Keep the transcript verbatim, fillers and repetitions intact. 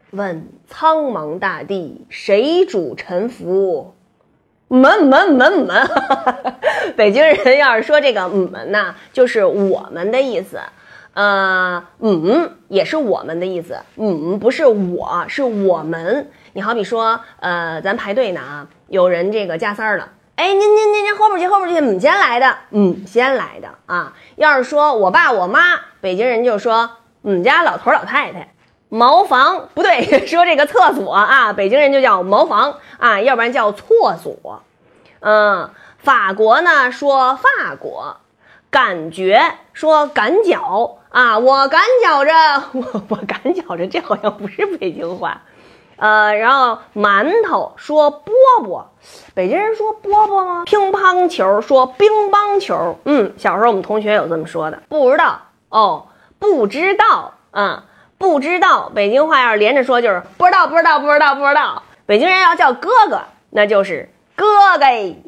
问苍茫大地，谁主沉浮？门门门门，北京人要是说这个嗯门呢，就是我们的意思。呃，嗯，也是我们的意思。嗯，不是我，是我们。你好比说，呃，咱排队呢啊，有人这个加塞了，哎，您您您您后边去后边去，嗯，先来的，嗯，先来的啊。要是说我爸我妈，北京人就说嗯家老头老太太。茅房不对，说这个厕所啊，北京人就叫茅房啊，要不然叫厕所。嗯，法国呢说法国，感觉说赶脚啊，我赶脚着，我我赶脚着，这好像不是北京话。呃，然后馒头说饽饽，北京人说饽饽吗？乒乓球说乒乓球，嗯，小时候我们同学有这么说的，不知道哦，不知道，嗯。不知道，北京话要是连着说就是不知道不知道不知道不知道。北京人要叫哥哥，那就是哥哥